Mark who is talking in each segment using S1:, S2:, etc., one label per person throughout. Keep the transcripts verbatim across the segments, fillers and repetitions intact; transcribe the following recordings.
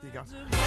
S1: musica.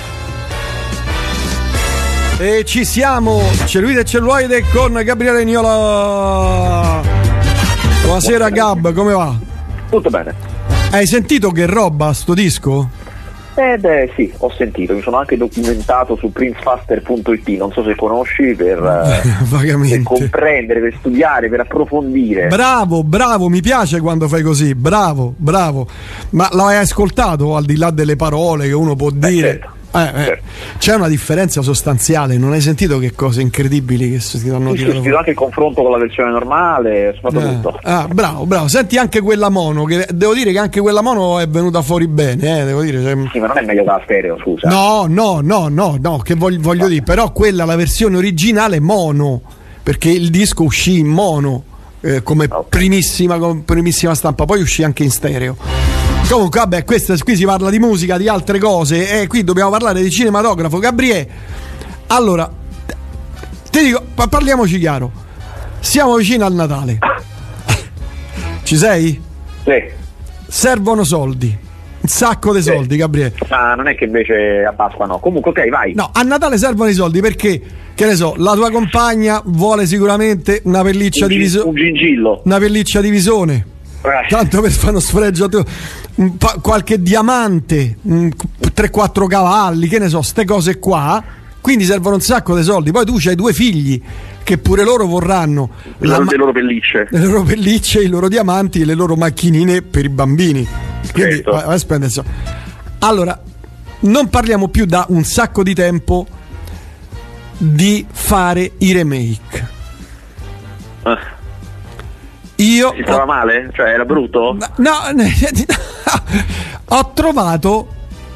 S1: E ci siamo, Cellulite e Celluloide con Gabriele Niola. Buonasera Gab, come va?
S2: Tutto bene.
S1: Hai sentito che roba sto disco?
S2: Eh beh sì, ho sentito, mi sono anche documentato su prince faster punto it, non so se conosci, per,
S1: Vagamente.
S2: per comprendere, per studiare, per approfondire.
S1: Bravo, bravo, mi piace quando fai così, bravo, bravo. Ma l'hai ascoltato al di là delle parole che uno può
S2: Beh,
S1: dire?
S2: certo.
S1: Eh, eh.
S2: Certo.
S1: C'è una differenza sostanziale, non hai sentito che cose incredibili che si hanno
S2: Sì, sì, ho sentito anche il confronto con la versione normale, soprattutto.
S1: Eh, ah, bravo, bravo. Senti anche quella mono, che devo dire che anche quella mono è venuta fuori bene, eh, devo dire. Cioè...
S2: Sì, ma non è meglio che la stereo, scusa.
S1: No, no, no, no, no, che voglio, voglio
S2: no.
S1: dire, però quella, la versione originale mono, perché il disco uscì in mono eh, come
S2: Okay.
S1: primissima, come primissima stampa, poi uscì anche in stereo. Comunque, vabbè, questa, qui si parla di musica, di altre cose, e qui dobbiamo parlare di cinematografo. Gabriele, allora, ti dico, parliamoci chiaro, siamo vicino al Natale. Ci sei?
S2: Sì.
S1: Servono soldi, un sacco di
S2: Sì.
S1: soldi, Gabriele.
S2: Ma non è che invece a Pasqua no. Comunque, ok, vai.
S1: No, a Natale servono i soldi perché, che ne so, la tua compagna vuole sicuramente una pelliccia
S2: un,
S1: di
S2: gi-
S1: visone,
S2: un gingillo.
S1: una pelliccia di visone.
S2: Eh.
S1: Tanto per fare uno sfregio, un pa- qualche diamante, tre quattro cavalli, che ne so, ste cose qua. Quindi servono un sacco di soldi. Poi tu c'hai due figli che pure loro vorranno
S2: La,
S1: ma-
S2: le loro pellicce.
S1: le loro pellicce, i loro diamanti e le loro macchinine per i bambini. Quindi
S2: Certo.
S1: vai, vai a spendere soldi. Allora, non parliamo più da un sacco di tempo di fare i remake.
S2: Eh.
S1: Io
S2: Si stava male? Cioè era brutto?
S1: No, no, ho trovato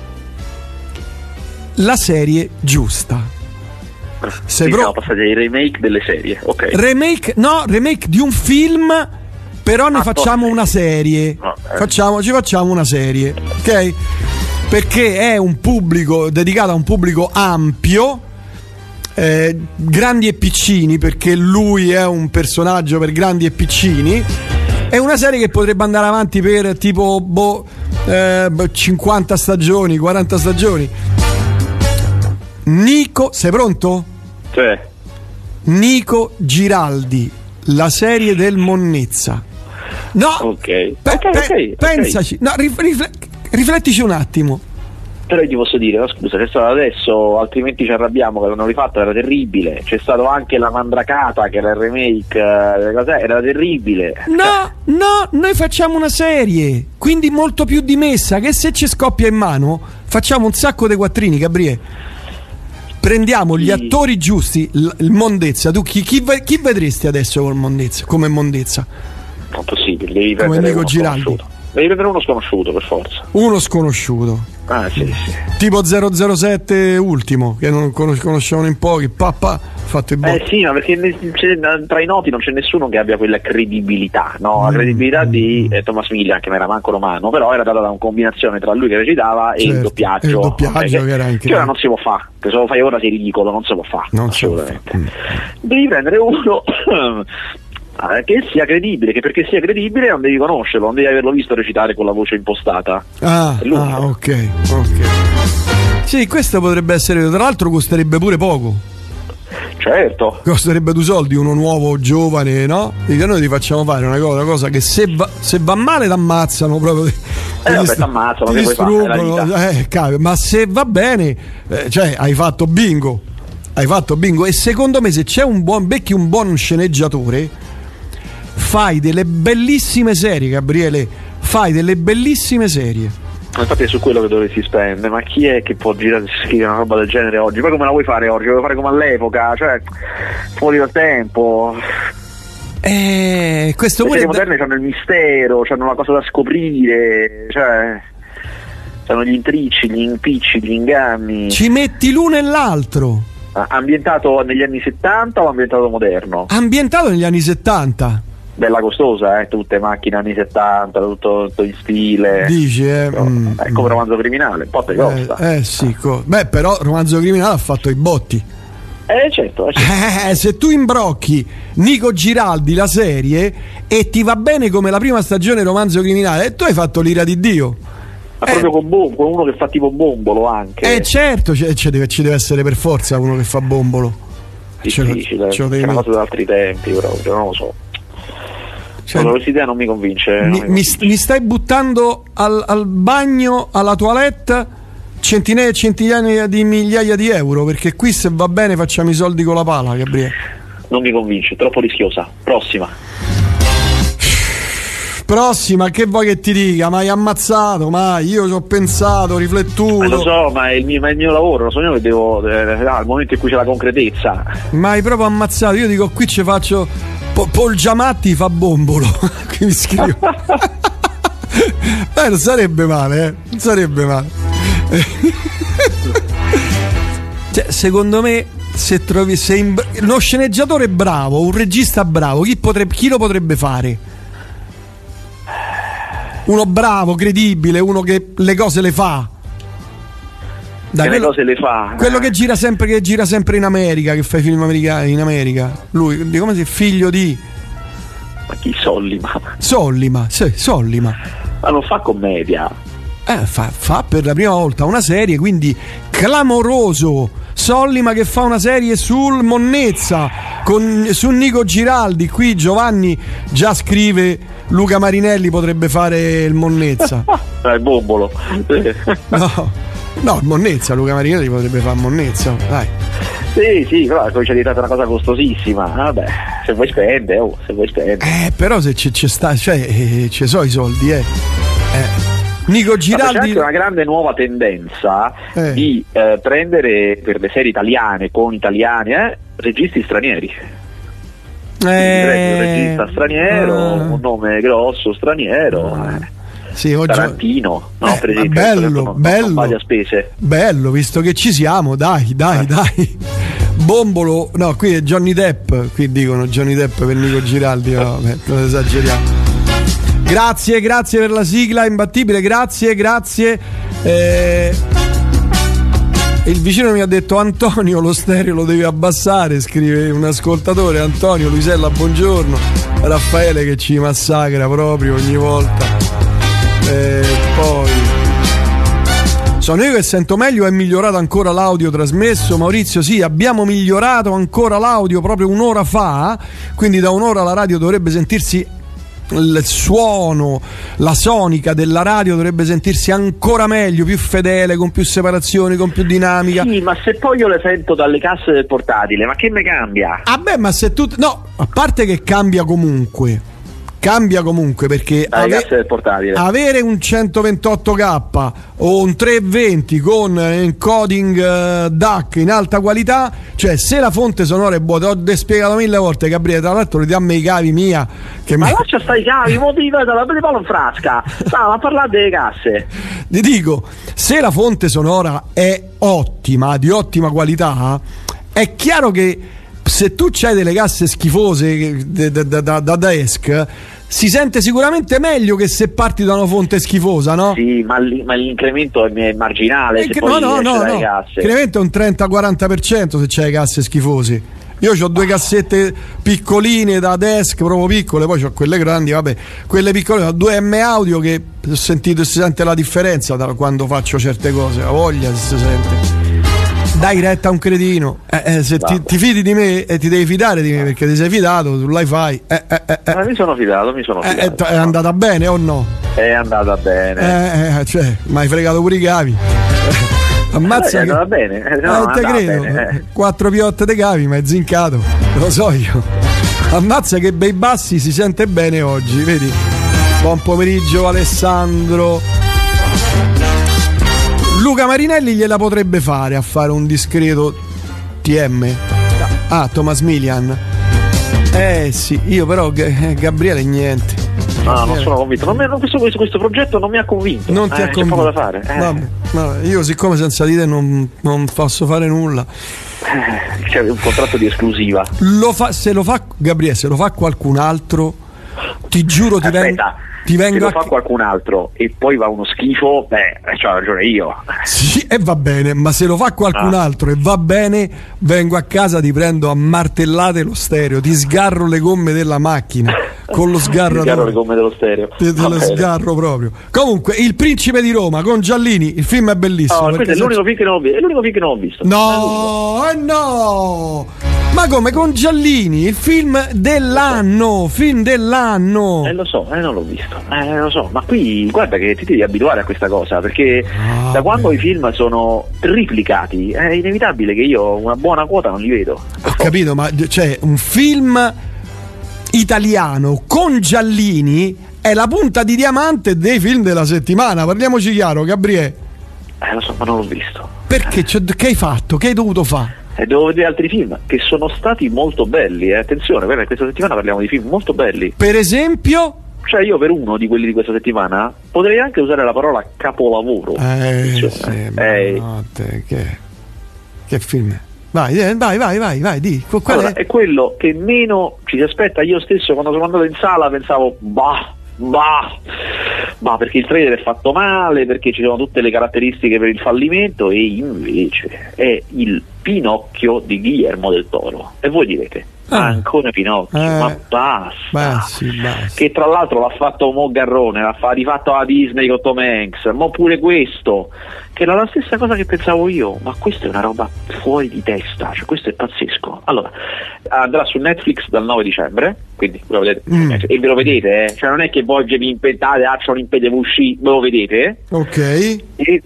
S1: la serie giusta. Se
S2: Quindi
S1: pro-
S2: siamo passati ai remake delle serie, ok.
S1: remake, no, remake di un film, però ne
S2: Ah,
S1: facciamo
S2: ok.
S1: una serie.
S2: No, eh.
S1: Facciamo, ci facciamo una serie, ok? Perché è un pubblico dedicato a un pubblico ampio. Eh, grandi e piccini, perché lui è un personaggio per grandi e piccini. È una serie che potrebbe andare avanti per tipo boh, eh, cinquanta stagioni, quaranta stagioni. Nico, sei pronto?
S2: Cioè,
S1: Nico Giraldi, la serie del Monnezza. No,
S2: ok.
S1: pe-
S2: Ok,
S1: pe-
S2: ok, ok.
S1: pensaci, no, rif- rifle- riflettici un attimo.
S2: però io ti posso dire, no, scusa, c'è stato adesso, altrimenti ci arrabbiamo, che l'hanno rifatto, era terribile. C'è stato anche la Mandracata, che era il remake, eh, cos'è? Era terribile.
S1: No, no, noi facciamo una serie, quindi molto più dimessa, che se ci scoppia in mano facciamo un sacco di quattrini, Gabriele. Prendiamo gli
S2: Sì.
S1: attori giusti, l- il Mondezza. Tu chi, chi, ve- chi vedresti adesso col Mondezza, come Mondezza?
S2: Non è possibile, devi
S1: Come
S2: prendere
S1: Nico
S2: uno
S1: Giraldi.
S2: sconosciuto. Devi prendere uno sconosciuto, per forza.
S1: Uno sconosciuto,
S2: Ah, sì, sì.
S1: tipo zero zero sette ultimo, che non conos- conoscevano in pochi, papà, fatto il
S2: Eh
S1: botto.
S2: sì, ma perché ne- c'è- tra i noti non c'è nessuno che abbia quella credibilità, no? La
S1: Mm,
S2: credibilità
S1: mm,
S2: di eh, Thomas Millian, che non era manco romano, però era data da una combinazione tra lui che recitava e il
S1: Certo,
S2: doppiaggio.
S1: e il doppiaggio
S2: eh,
S1: che era
S2: che
S1: incredibile.
S2: ora non si può fare, che se lo fai ora sei ridicolo, non si può fare,
S1: Non si può
S2: assolutamente.
S1: fare. Mm.
S2: Devi prendere uno eh, che sia credibile, che perché sia credibile non devi conoscerlo, non devi averlo visto recitare con la voce impostata.
S1: Ah,
S2: È l'unico.
S1: ah, ok, ok. Sì, questo potrebbe essere, tra l'altro costerebbe pure poco.
S2: Certo.
S1: Costerebbe due soldi, uno nuovo, giovane, no? Dice, noi ti facciamo fare una cosa, una cosa che se va, se va male ti ammazzano proprio. Ti,
S2: Eh, vabbè,
S1: dist-
S2: t'ammazzano,
S1: ti
S2: che vuoi fare, è la
S1: distruggono, eh, cavolo, ma se va bene, eh, cioè hai fatto bingo. Hai fatto bingo. E secondo me se c'è un buon becchi, un buon sceneggiatore, fai delle bellissime serie, Gabriele. Fai delle bellissime serie.
S2: Infatti è su quello che dovresti spendere, ma chi è che può girare e scrivere una roba del genere oggi? Poi come la vuoi fare oggi? La vuoi fare come all'epoca? Cioè, fuori dal tempo.
S1: Eh, questo
S2: Le
S1: pure
S2: serie
S1: è da-
S2: moderne hanno il mistero, hanno una cosa da scoprire, cioè hanno gli intricci, gli impicci, gli inganni.
S1: ci metti l'uno e l'altro.
S2: Ah, ambientato negli anni settanta o ambientato moderno?
S1: Ambientato negli anni settanta.
S2: Bella costosa, eh, tutte macchine anni settanta, tutto, tutto in stile.
S1: Dici, eh?
S2: Però,
S1: Mm,
S2: è come romanzo criminale, un po' te costa.
S1: Eh, eh sì, co- beh, però Romanzo Criminale ha fatto i botti.
S2: Eh certo, eh, certo.
S1: Eh, se tu imbrocchi Nico Giraldi la serie e ti va bene come la prima stagione Romanzo Criminale, e tu hai fatto l'ira di Dio.
S2: Ma
S1: eh,
S2: proprio con, bom- con uno che fa tipo Bombolo anche.
S1: Eh certo, c- c- deve, ci deve essere per forza uno che fa Bombolo.
S2: Difficile,
S1: ce lo, ce
S2: è una cosa da altri tempi proprio, non lo so.
S1: Cioè,
S2: questa idea non mi convince.
S1: Mi,
S2: non mi,
S1: mi,
S2: convince.
S1: mi stai buttando al, al bagno, alla toilette, centinaia e centinaia di migliaia di euro, perché qui se va bene facciamo i soldi con la pala, Gabriele.
S2: Non mi convince, troppo rischiosa. Prossima.
S1: Prossima, che vuoi che ti dica? Ma hai ammazzato, mai? Io ci ho pensato, riflettuto.
S2: Ma lo so, ma è il mio, ma è il mio lavoro, lo so io che devo. Eh, al momento in cui c'è la concretezza.
S1: Ma hai proprio ammazzato. Io dico, qui ci faccio. Po- Paul Giamatti fa Bombolo. Qui mi scrivo. Eh, non sarebbe male, eh. Non sarebbe male. Cioè, secondo me, se trovi. Se in, uno sceneggiatore bravo, un regista bravo, chi, potrebbe, chi lo potrebbe fare? Uno bravo, credibile, uno che le cose le fa. Dai,
S2: che
S1: quello,
S2: le cose le fa.
S1: Quello che gira sempre, che gira sempre in America, che fa i film americani in America. Lui, di come si figlio di.
S2: Ma chi Sollima?
S1: Sollima, sì, Sollima.
S2: Ma non fa commedia.
S1: Eh, fa, fa per la prima volta una serie, quindi clamoroso. Sollima che fa una serie sul Monnezza con, su Nico Giraldi. Qui Giovanni già scrive Luca Marinelli potrebbe fare il Monnezza.
S2: Ah, il Bombolo.
S1: No, no, il Monnezza, Luca Marinelli potrebbe fare Monnezza, dai.
S2: Sì, sì, però poi c'è diventata una cosa costosissima. Vabbè, se vuoi spendere, oh, se vuoi spendere.
S1: Eh, però se ci sta, cioè, eh, ci sono i soldi, eh. eh. Nico Giraldi.
S2: Ma c'è anche una grande nuova tendenza
S1: eh.
S2: di eh, prendere per le serie italiane con italiani eh, registi stranieri.
S1: Eh,
S2: un regista straniero,
S1: ah.
S2: un nome grosso straniero. Eh.
S1: Sì, oggi...
S2: Tarantino, no,
S1: eh,
S2: per esempio,
S1: bello,
S2: non,
S1: bello,
S2: non a spese.
S1: Bello, visto che ci siamo, dai, dai, eh. dai. Bombolo, no, qui è Johnny Depp, qui dicono Johnny Depp per Nico Giraldi, no, beh, non esageriamo. Grazie, grazie per la sigla imbattibile, grazie, grazie. Eh, il vicino mi ha detto Antonio, lo stereo lo devi abbassare, scrive un ascoltatore. Antonio, Luisella, buongiorno. Raffaele che ci massacra proprio ogni volta. Eh, poi sono io che sento meglio, è migliorato ancora l'audio trasmesso. Maurizio, sì, abbiamo migliorato ancora l'audio proprio un'ora fa, quindi da un'ora la radio dovrebbe sentirsi, il suono, la sonica della radio dovrebbe sentirsi ancora meglio, più fedele, con più separazioni, con più dinamica.
S2: Sì, ma se poi io le sento dalle casse del portatile, ma che me cambia?
S1: Ah beh, ma se tu... No, a parte che cambia comunque, cambia comunque perché
S2: ave- casse del portatile.
S1: Avere un centoventotto K o un trecentoventi con encoding uh, D A C in alta qualità, cioè se la fonte sonora è buona, ti ho spiegato mille volte, Gabriele, tra l'altro dammi i cavi mia che
S2: ma
S1: mi...
S2: lascia stai i cavi, mo ti vedo la palla in frasca. Stava a parlare delle casse.
S1: Ti dico, se la fonte sonora è ottima, di ottima qualità, è chiaro che se tu c'hai delle casse schifose da, da, da, da desk, si sente sicuramente meglio che se parti da una fonte schifosa, no?
S2: Sì, ma, li, ma l'incremento è marginale.
S1: Eh,
S2: se
S1: no,
S2: poi
S1: no, no, no.
S2: Casse.
S1: L'incremento è un trenta quaranta per cento se c'hai le casse schifose. Io ho due cassette piccoline da desk, proprio piccole, poi ho quelle grandi, vabbè, quelle piccole, ho due M audio che ho sentito e si sente la differenza da quando faccio certe cose, la voglia si sente. Dai retta a un cretino, eh, eh, se ti, ti fidi di me e eh, ti devi fidare di me perché ti sei fidato sull'hi-fi. Eh, eh, eh, eh.
S2: Ma mi sono fidato, mi sono fidato.
S1: Eh, è andata bene o no?
S2: È andata bene.
S1: Eh, cioè, mi hai fregato pure i cavi. Ammazza,
S2: eh,
S1: che...
S2: andava bene, eh, no,
S1: eh, te credo,
S2: bene, eh.
S1: quattro piotte de cavi, ma è zincato, lo so io. Ammazza che bei bassi, si sente bene oggi, vedi? Buon pomeriggio Alessandro. Luca Marinelli gliela potrebbe fare a fare un discreto T M. Ah, Thomas Milian. Eh sì, io però eh, Gabriele niente.
S2: No, Gabriele. Non sono convinto. Non mi, non, questo, questo, questo progetto non mi ha convinto.
S1: Non ti
S2: eh,
S1: ha convinto.
S2: C'è poco da fare. Eh.
S1: Vabbè, vabbè, io siccome senza di te non, non posso fare nulla.
S2: Eh, c'è un contratto di esclusiva.
S1: Lo fa, se lo fa Gabriele, se lo fa qualcun altro, ti giuro ti vengo. Ti vengo
S2: se lo
S1: a...
S2: fa qualcun altro e poi va uno schifo, beh, c'ho ragione io.
S1: Sì, e va bene, ma se lo fa qualcun ah. altro e va bene, vengo a casa, ti prendo a martellate lo stereo, ti sgarro le gomme della macchina. con lo sgarro,
S2: sgarro le gomme dello stereo.
S1: Te, te lo sgarro proprio. Comunque, Il Principe di Roma con Giallini, il film è bellissimo.
S2: No, questo è l'unico, film che non ho visto. È l'unico film che non ho visto.
S1: No, eh no. Ma come, con Giallini, il film dell'anno, film dell'anno.
S2: Eh lo so, eh non l'ho visto. Eh lo so, ma qui guarda che ti devi abituare a questa cosa, perché ah, da quando beh. i film sono triplicati è inevitabile che io una buona quota non li vedo.
S1: Ho capito, ma c'è un film italiano con Giallini è la punta di diamante dei film della settimana, parliamoci chiaro, Gabriele.
S2: Eh lo so, ma non l'ho visto.
S1: Perché? Cioè, che hai fatto? Che hai dovuto fare?
S2: E devo vedere altri film che sono stati molto belli, eh. Attenzione, guarda, questa settimana parliamo di film molto belli.
S1: Per esempio?
S2: Cioè io per uno di quelli di questa settimana potrei anche usare la parola capolavoro.
S1: Eh, sì, eh. No, te, che, che film è? Vai, vai, vai, vai, vai, di.
S2: Allora, è? è quello che meno ci si aspetta. Io stesso quando sono andato in sala pensavo, bah, bah, bah, perché il trailer è fatto male, perché ci sono tutte le caratteristiche per il fallimento, e invece è il Pinocchio di Guillermo del Toro. E voi direte, ah, ancora Pinocchio, eh, ma basta.
S1: Bassi, bassi.
S2: Che tra l'altro l'ha fatto Mo Garrone, l'ha fa, rifatto la Disney con Tom Hanks, ma pure questo, che era la stessa cosa che pensavo io, ma questa è una roba fuori di testa, cioè questo è pazzesco. Allora, andrà su Netflix dal nove dicembre, quindi ve lo vedete, mm. e ve lo vedete, eh? Cioè non è che voi vi impetate, ah, c'ho l'impede uscì, ve lo vedete,
S1: ok,
S2: e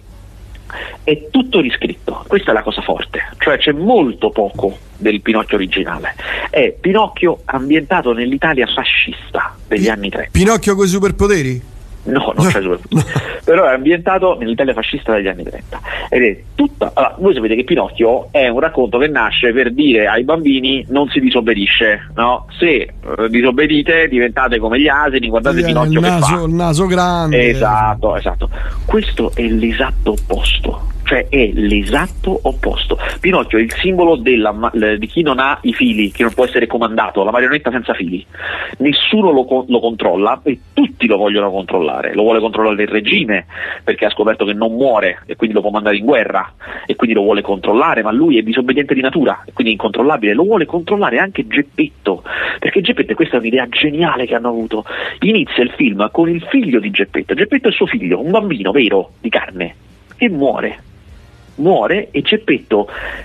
S2: è tutto riscritto. Questa è la cosa forte, cioè c'è molto poco del Pinocchio originale. È Pinocchio ambientato nell'Italia fascista degli anni trenta.
S1: Pinocchio con i superpoteri?
S2: No, non c'è superpoteri. Però è ambientato nell'Italia fascista degli anni trenta. Ed è tutta. Allora, voi sapete che Pinocchio è un racconto che nasce per dire ai bambini non si disobbedisce, no? Se eh, disobbedite diventate come gli asini, guardate sì, Pinocchio il naso,
S1: che fa. Il naso grande.
S2: Esatto, esatto. Questo è l'esatto opposto. Cioè è l'esatto opposto. Pinocchio è il simbolo della, di chi non ha i fili, che non può essere comandato, la marionetta senza fili. Nessuno lo, lo controlla e tutti lo vogliono controllare. Lo vuole controllare il regime perché ha scoperto che non muore e quindi lo può mandare in guerra e quindi lo vuole controllare, ma lui è disobbediente di natura e quindi incontrollabile. Lo vuole controllare anche Geppetto, perché Geppetto, questa è un'idea geniale che hanno avuto. Inizia il film con il figlio di Geppetto. Geppetto è suo figlio, un bambino vero, di carne, e muore. Muore e Geppetto,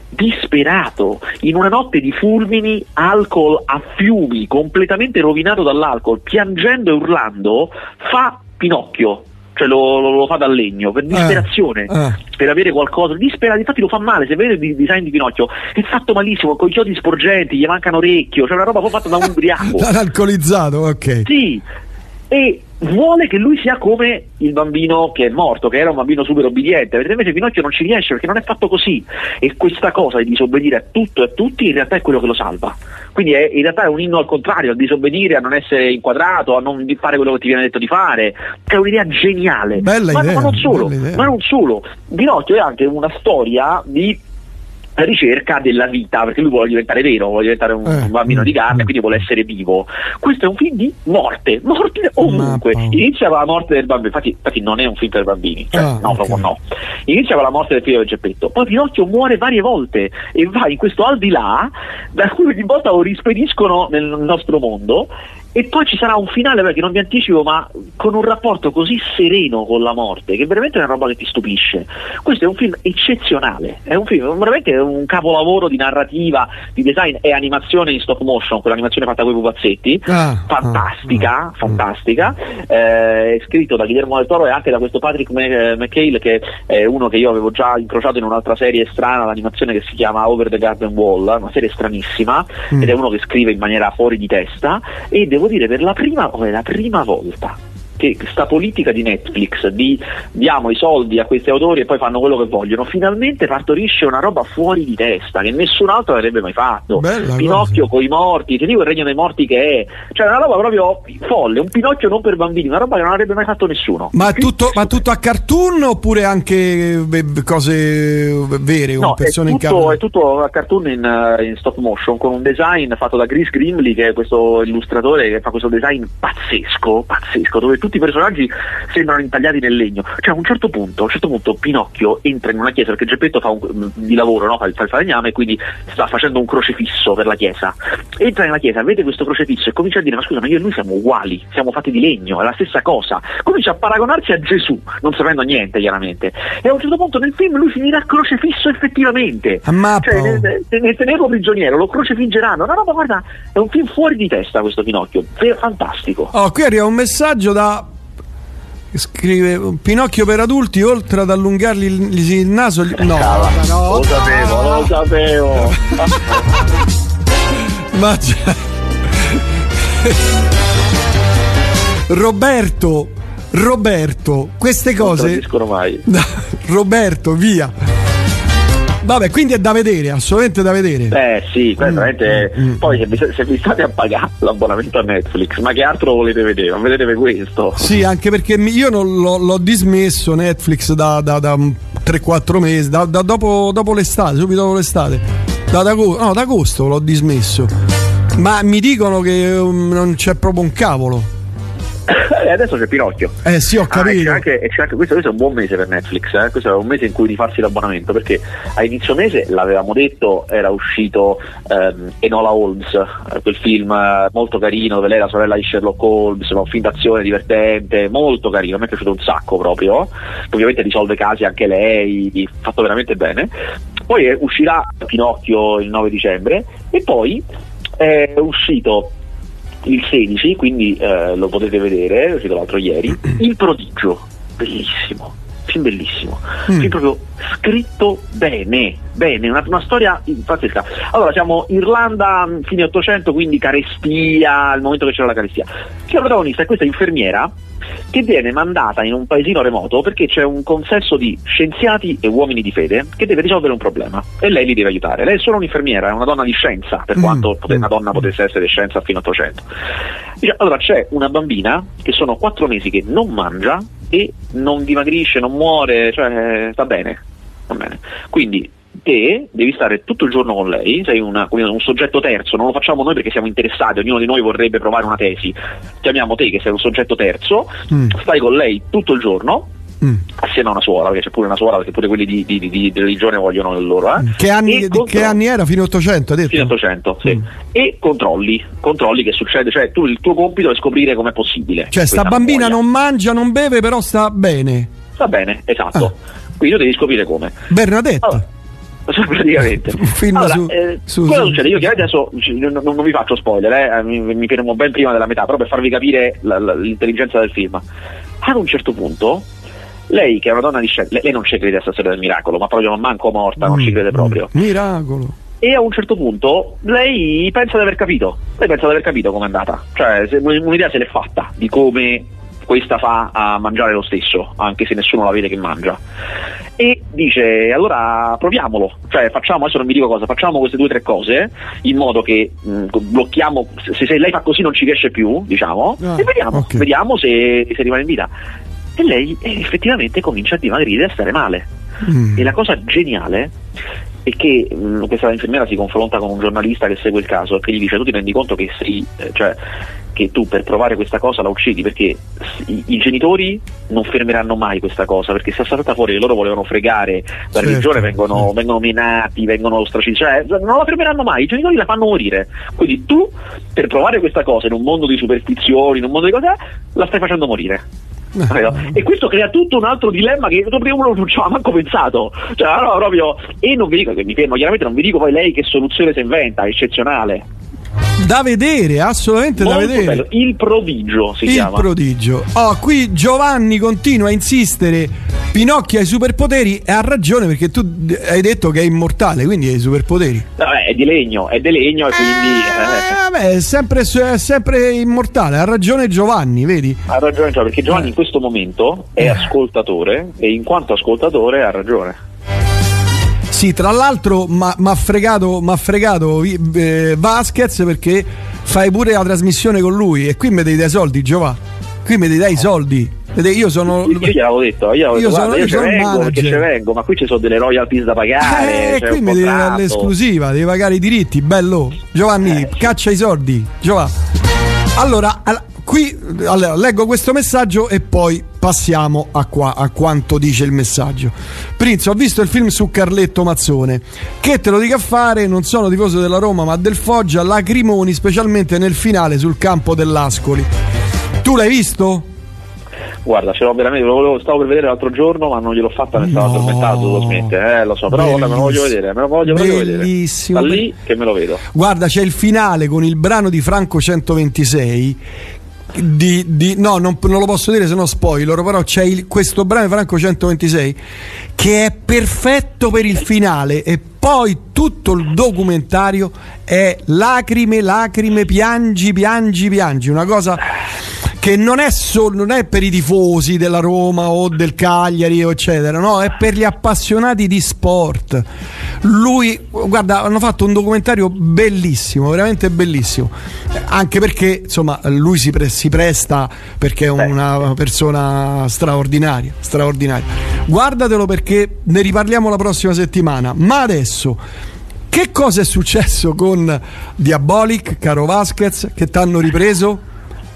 S2: disperato, in una notte di fulmini, alcol a fiumi, completamente rovinato dall'alcol, piangendo e urlando, fa Pinocchio. Cioè lo, lo, lo fa dal legno per disperazione, eh, eh. per avere qualcosa, disperato, infatti lo fa male. Se vedete il design di Pinocchio è fatto malissimo, con i chiodi sporgenti, gli manca un orecchio, cioè una roba proprio fatta da un ubriaco.
S1: Alcolizzato, ok.
S2: Sì, e vuole che lui sia come il bambino che è morto, che era un bambino super obbediente. Vedete, invece Pinocchio non ci riesce perché non è fatto così, e questa cosa di disobbedire a tutto e a tutti in realtà è quello che lo salva. Quindi è, in realtà è un inno al contrario, a disobbedire, a non essere inquadrato, a non fare quello che ti viene detto di fare. È un'idea geniale.
S1: Bella
S2: ma,
S1: idea,
S2: ma non solo,
S1: idea.
S2: ma non solo. Pinocchio è anche una storia di ricerca della vita, perché lui vuole diventare vero, vuole diventare un, eh, un bambino di carne, quindi vuole essere vivo. Questo è un film di morte, morte ovunque. Inizia con la morte del bambino, infatti, infatti non è un film per bambini, cioè, ah, no, okay. proprio no. Inizia con la morte del figlio di Geppetto, poi Pinocchio muore varie volte e va in questo al di là, da cui ogni volta lo rispediscono nel nostro mondo. E poi ci sarà un finale, perché non vi anticipo, ma con un rapporto così sereno con la morte, che veramente è una roba che ti stupisce. Questo è un film eccezionale, è un film veramente un capolavoro di narrativa, di design e animazione in stop motion, quell'animazione fatta con i pupazzetti, ah, fantastica, ah, fantastica, eh, scritto da Guillermo del Toro e anche da questo Patrick McHale, che è uno che io avevo già incrociato in un'altra serie strana d'animazione che si chiama Over the Garden Wall, una serie stranissima, mm. ed è uno che scrive in maniera fuori di testa, e devo dire per la prima, oh, è la prima volta che sta politica di Netflix di diamo i soldi a questi autori e poi fanno quello che vogliono, finalmente partorisce una roba fuori di testa che nessun altro avrebbe mai fatto.
S1: Bella
S2: Pinocchio con i morti, ti dico il regno dei morti che è, cioè una roba proprio folle, un Pinocchio non per bambini, una roba che non avrebbe mai fatto nessuno.
S1: Ma è tutto, ma tutto a cartoon oppure anche cose vere,
S2: no,
S1: persone
S2: è tutto,
S1: in carne?
S2: è tutto a cartoon in, in stop motion, con un design fatto da Chris Grimley, che è questo illustratore che fa questo design pazzesco, pazzesco, dove tutti i personaggi sembrano intagliati nel legno. Cioè a un certo punto, a un certo punto Pinocchio entra in una chiesa, perché Geppetto fa un, di lavoro, no? fa, fa il falegname, e quindi sta facendo un crocefisso per la chiesa. Entra nella chiesa, vede questo crocefisso e comincia a dire: ma scusa, ma io e lui siamo uguali, siamo fatti di legno, è la stessa cosa. Comincia a paragonarsi a Gesù, non sapendo niente chiaramente, e a un certo punto nel film lui finirà crocifisso effettivamente. Cioè, nel, nel, nel tenerlo prigioniero lo crocifiggeranno. No, no, ma guarda, è un film fuori di testa questo Pinocchio, fantastico.
S1: Oh, qui arriva un messaggio da, scrive: Pinocchio per adulti, oltre ad allungargli il, il naso gli... no,
S2: Cava,
S1: no,
S2: lo sapevo,
S1: no.
S2: lo sapevo.
S1: Ma già. Roberto Roberto queste cose
S2: non capiscono mai.
S1: Roberto, via. Vabbè, quindi è da vedere, assolutamente da vedere.
S2: Eh sì, mm, veramente. Mm, poi se vi, se vi state a pagare l'abbonamento a Netflix, ma che altro volete vedere? Non vedete questo?
S1: Sì, anche perché io non l'ho, l'ho dismesso Netflix da, da, da tre quattro mesi, da, da dopo, dopo l'estate, subito dopo l'estate. Da, da, no, da agosto l'ho dismesso. Ma mi dicono che um, non c'è proprio un cavolo.
S2: E adesso c'è Pinocchio.
S1: Eh sì, ho capito.
S2: Ah, e c'è anche, e c'è anche, questo, questo è un buon mese per Netflix, eh? Questo è un mese in cui rifarsi l'abbonamento, perché a inizio mese, l'avevamo detto, era uscito ehm, Enola Holmes, eh, quel film eh, molto carino dove lei è la sorella di Sherlock Holmes, un film d'azione divertente, molto carino, a me è piaciuto un sacco proprio, ovviamente risolve casi anche lei, fatto veramente bene. Poi eh, uscirà Pinocchio il nove dicembre e poi è uscito il sedici, quindi eh, lo potete vedere, è uscito l'altro ieri, Il Prodigio, bellissimo, film bellissimo, mm. film proprio scritto bene, bene, una, una storia pazzesca. Allora siamo Irlanda, fine Ottocento, quindi carestia, al momento che c'era la carestia. Che la protagonista è questa infermiera che viene mandata in un paesino remoto perché c'è un consesso di scienziati e uomini di fede che deve risolvere un problema e lei li deve aiutare. Lei è solo un'infermiera, è una donna di scienza, per mm. quanto una donna potesse essere scienza fino all'Ottocento. Allora c'è una bambina che sono quattro mesi che non mangia e non dimagrisce, non muore, cioè sta bene, va bene. Quindi te devi stare tutto il giorno con lei, sei una, un soggetto terzo, non lo facciamo noi perché siamo interessati, ognuno di noi vorrebbe provare una tesi, chiamiamo te che sei un soggetto terzo, mm. stai con lei tutto il giorno, mm. assieme a una suora, perché c'è pure una suora, perché pure quelli di, di, di, di religione vogliono il loro. Eh?
S1: Che anni, di che anni era? Fino all'Ottocento, hai detto?
S2: Fino all'Ottocento, sì. Mm. E controlli, controlli che succede, cioè tu il tuo compito è scoprire com'è possibile.
S1: Cioè sta bambina non mangia, non beve, però sta bene.
S2: Sta bene, esatto. Ah. Quindi tu devi scoprire come.
S1: Bernadette.
S2: Allora, praticamente
S1: un film
S2: allora,
S1: su,
S2: eh,
S1: su,
S2: cosa
S1: su,
S2: succede? Io chiaramente adesso non, non vi faccio spoiler, eh, mi, mi fermo ben prima della metà, però per farvi capire la, la, l'intelligenza del film. Ad un certo punto lei, che è una donna di scienza, lei, lei non ci crede a questa storia del miracolo, ma proprio manco morta, non mm, ci crede proprio.
S1: Miracolo.
S2: E a un certo punto lei pensa di aver capito, lei pensa di aver capito com'è andata, cioè se, un'idea se l'è fatta di come questa fa a mangiare lo stesso, anche se nessuno la vede che mangia, e dice allora proviamolo, cioè facciamo, adesso non vi dico cosa, facciamo queste due o tre cose in modo che mh, blocchiamo, se, se lei fa così non ci riesce più, diciamo, ah, e vediamo, okay. vediamo se, se rimane in vita. E lei eh, effettivamente comincia a dimagrire e a stare male. Mm. E la cosa geniale è che mh, questa infermiera si confronta con un giornalista che segue il caso e che gli dice: tu ti rendi conto che sei, eh, cioè che tu per provare questa cosa la uccidi, perché i, i genitori non fermeranno mai questa cosa, perché se è saltata fuori che loro volevano fregare la religione, certo, vengono, certo. vengono menati, vengono ostracizzati, cioè non la fermeranno mai, i genitori la fanno morire. Quindi tu per provare questa cosa in un mondo di superstizioni, in un mondo di cose, la stai facendo morire. E questo crea tutto un altro dilemma che uno non ci aveva manco pensato, cioè no, proprio. E non vi dico, che mi fermo chiaramente, non vi dico poi lei che soluzione si inventa, eccezionale,
S1: da vedere, assolutamente molto da vedere.
S2: Bello. Il Prodigio si
S1: il
S2: chiama.
S1: Il Prodigio. Oh, qui Giovanni continua a insistere: Pinocchio ha i superpoteri, e ha ragione, perché tu hai detto che è immortale, quindi ha i superpoteri.
S2: Vabbè, è di legno, è di legno e quindi
S1: eh, eh. Vabbè, è sempre, è sempre immortale, ha ragione Giovanni, vedi?
S2: Ha ragione Giovanni, perché Giovanni eh. in questo momento è ascoltatore e in quanto ascoltatore ha ragione.
S1: Sì, tra l'altro mi ha fregato, m'ha fregato eh, Vasquez, perché fai pure la trasmissione con lui e qui mi devi dai soldi, Giovanni. Qui mi devi dai i soldi. Io sono.
S2: Io gliel'avevo detto, io, io,
S1: sono,
S2: guarda, io,
S1: io
S2: ci vengo perché ci vengo, ma qui ci sono delle royalties da pagare.
S1: Eh, qui mi devi dare l'esclusiva, devi pagare i diritti, bello. Giovanni, eh, caccia i soldi, Giovanni. Allora, all- qui qui allora, leggo questo messaggio e poi passiamo a, qua, a quanto dice il messaggio. Prince, ho visto il film su Carletto Mazzone, che te lo dica a fare, non sono tifoso della Roma ma del Foggia, lacrimoni specialmente nel finale sul campo dell'Ascoli. Tu l'hai visto?
S2: Guarda, ce l'ho veramente, lo stavo per vedere l'altro giorno, ma non gliel'ho fatta, mi stavo
S1: no.
S2: addormentato, lo smette, eh, lo so, però ora me lo voglio vedere, me lo voglio, voglio vedere.
S1: Bellissimo.
S2: Da lì che me lo vedo.
S1: Guarda, c'è il finale con il brano di Franco centoventisei. Di, di, no, non, non lo posso dire se no spoiler, però c'è il, questo brano di Franco centoventisei che è perfetto per il finale e poi tutto il documentario è lacrime, lacrime, piangi, piangi, piangi, una cosa che non è solo, non è per i tifosi della Roma o del Cagliari eccetera, no, è per gli appassionati di sport. Lui, guarda, hanno fatto un documentario bellissimo, veramente bellissimo, anche perché insomma lui si, pre- si presta, perché è una persona straordinaria, straordinaria. Guardatelo perché ne riparliamo la prossima settimana, ma adesso che cosa è successo con Diabolic, caro Vasquez, che t'hanno ripreso?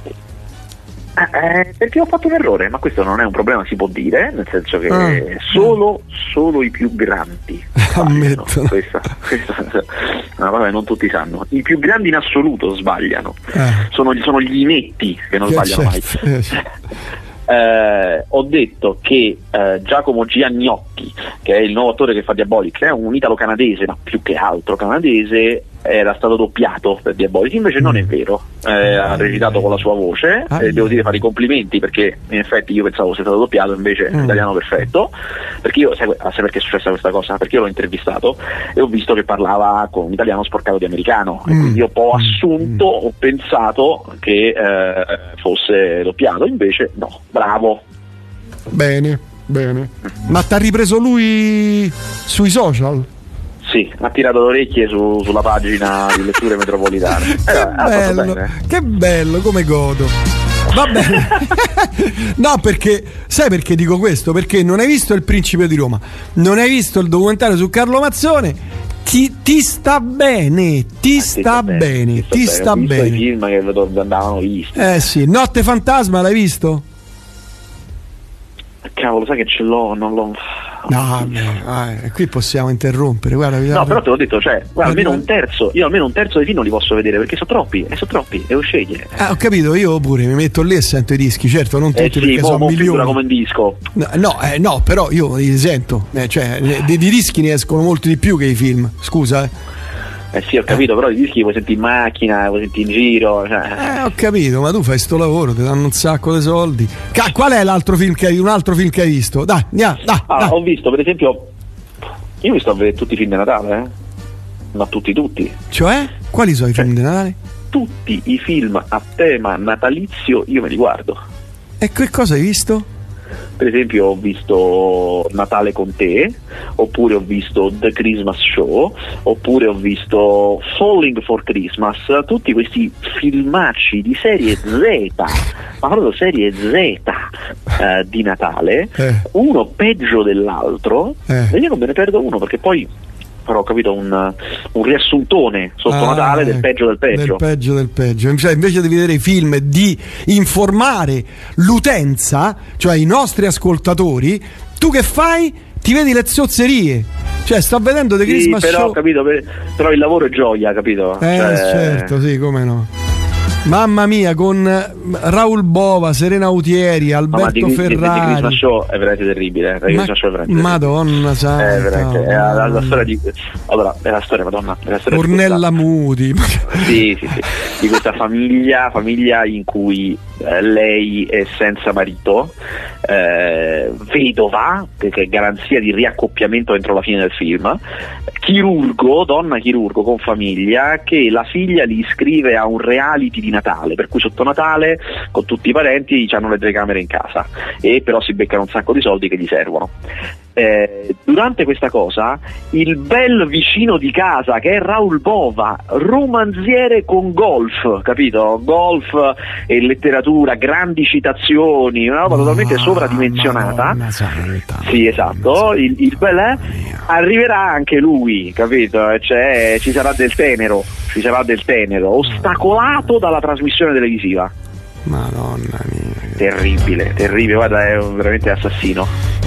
S2: Eh, perché ho fatto un errore, ma questo non è un problema, si può dire, nel senso che
S1: ah,
S2: solo, solo i più grandi sbagliano. Questa, questa, no, vabbè, non tutti sanno, i più grandi in assoluto sbagliano, eh. sono, sono gli inetti che non che sbagliano certo. mai. Eh, ho detto che eh, Giacomo Giannotti, che è il nuovo attore che fa Diabolic, è un italo-canadese, ma più che altro canadese, era stato doppiato per Diabolic, invece non è vero, eh, ha recitato con la sua voce, e eh, devo dire fare i complimenti perché in effetti io pensavo sia stato doppiato, invece mm. italiano perfetto, perché io, sai, sai perché è successa questa cosa? Perché io l'ho intervistato e ho visto che parlava con un italiano sporcato di americano, mm. e quindi io ho assunto, ho pensato che eh, fosse doppiato, invece no, bravo.
S1: Bene, bene. Ma t'ha ripreso lui sui social?
S2: Sì, ha tirato le orecchie su, sulla pagina di letture metropolitane.
S1: Che eh, bello, che bello, come godo. Va bene. No, perché sai perché dico questo? Perché non hai visto Il Principe di Roma, non hai visto il documentario su Carlo Mazzone. Ti, ti sta bene, ti ah, sta, sta bene, bene, ti sta bene. Ho visto i film che andavano visti. Eh sì, Notte Fantasma l'hai visto?
S2: Cavolo, sai che ce l'ho, non l'ho.
S1: No, beh, qui possiamo interrompere. Guarda,
S2: no, però te l'ho detto, cioè, guarda, almeno un terzo, io almeno un terzo dei film non li posso vedere perché sono troppi, e sono troppi, devo scegliere.
S1: Ah, ho capito, io pure mi metto lì e sento i dischi, certo, non tutti,
S2: eh sì,
S1: perché
S2: mo,
S1: sono
S2: mo
S1: milioni.
S2: Come un disco.
S1: No, no, eh, no, però io li sento, eh, cioè, di, di dischi ne escono molti di più che i film, scusa, eh.
S2: Eh sì, ho capito, eh. però i dischi li puoi sentire in macchina, li puoi sentire in giro. Cioè.
S1: Eh, ho capito, ma tu fai sto lavoro, ti danno un sacco di soldi. Ca- qual è l'altro film che hai, un altro film che hai visto? Dai, dai, dai,
S2: ah,
S1: dai.
S2: Ho visto, per esempio, io mi sto a vedere tutti i film di Natale, eh? Ma tutti, tutti.
S1: Cioè? Quali sono i
S2: cioè,
S1: film di Natale?
S2: Tutti i film a tema natalizio io me li guardo.
S1: E che cosa hai visto?
S2: Per esempio ho visto Natale con te, oppure ho visto The Christmas Show, oppure ho visto Falling for Christmas, tutti questi filmacci di serie Z, ma proprio serie Z eh, di Natale, eh. uno peggio dell'altro, eh. e io non me ne perdo uno perché poi però ho capito un, un riassuntone sotto ah, Natale del peggio del peggio
S1: del peggio del peggio, cioè, invece di vedere i film, di informare l'utenza, cioè i nostri ascoltatori, tu che fai? Ti vedi le zozzerie, cioè sto vedendo The
S2: sì,
S1: Christmas
S2: però,
S1: Show,
S2: capito, però il lavoro è gioia, capito?
S1: Eh
S2: cioè...
S1: certo, sì, come no. Mamma mia, con Raul Bova, Serena Autieri, Alberto
S2: ma
S1: Ferrari.
S2: The Christmas Show è veramente terribile. The
S1: Ma,
S2: Show è veramente
S1: Madonna santa.
S2: È veramente, è la, la storia di allora, è la storia, Madonna, è la storia
S1: Ornella
S2: di questa,
S1: Muti.
S2: Sì, sì, sì. Di questa famiglia, famiglia in cui eh, lei è senza marito, eh, vedova, che è garanzia di riaccoppiamento entro la fine del film, chirurgo, donna chirurgo con famiglia, che la figlia li iscrive a un reality di Natale, per cui sotto Natale con tutti i parenti hanno le telecamere in casa e però si beccano un sacco di soldi che gli servono. Eh, durante questa cosa il bel vicino di casa, che è Raul Bova, romanziere con golf, capito? Golf e letteratura, grandi citazioni, una roba totalmente sovradimensionata. Sì, esatto. Il, il bel è, arriverà anche lui, capito? Cioè, ci sarà del tenero, ci sarà del tenero, ostacolato dalla trasmissione televisiva.
S1: Madonna mia.
S2: Terribile, terribile, guarda, è un, veramente assassino.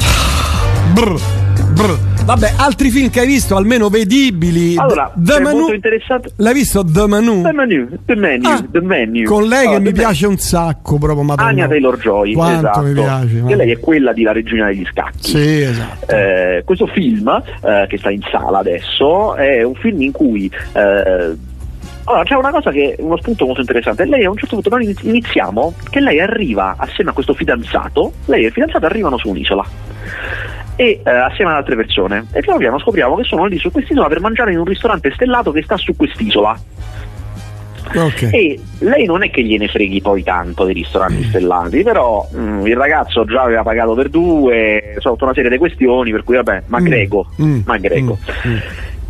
S1: Brr, brr. Vabbè, altri film che hai visto, almeno vedibili.
S2: Allora, The Menu, molto interessante.
S1: L'hai visto The Menu?
S2: The Menu, The Menu, ah, The Menu.
S1: Con lei
S2: allora,
S1: che mi
S2: menu.
S1: piace un sacco, proprio Madonna.
S2: Anya Taylor-Joy,
S1: quanto
S2: esatto.
S1: mi piace.
S2: Che lei è quella di La regina degli scacchi.
S1: Sì, esatto.
S2: Eh, questo film, eh, che sta in sala adesso, è un film in cui... Eh, Allora, c'è una cosa che uno spunto molto interessante. Lei a un certo punto noi iniziamo che lei arriva assieme a questo fidanzato, lei e il fidanzato arrivano su un'isola e eh, assieme ad altre persone, e piano piano scopriamo che sono lì su quest'isola per mangiare in un ristorante stellato che sta su quest'isola.
S1: Okay.
S2: E lei non è che gliene freghi poi tanto dei ristoranti stellati, però mh, il ragazzo già aveva pagato per due, insomma, tutta una serie di questioni, per cui vabbè, ma greco,
S1: mm.
S2: ma greco.
S1: Mm. Mm.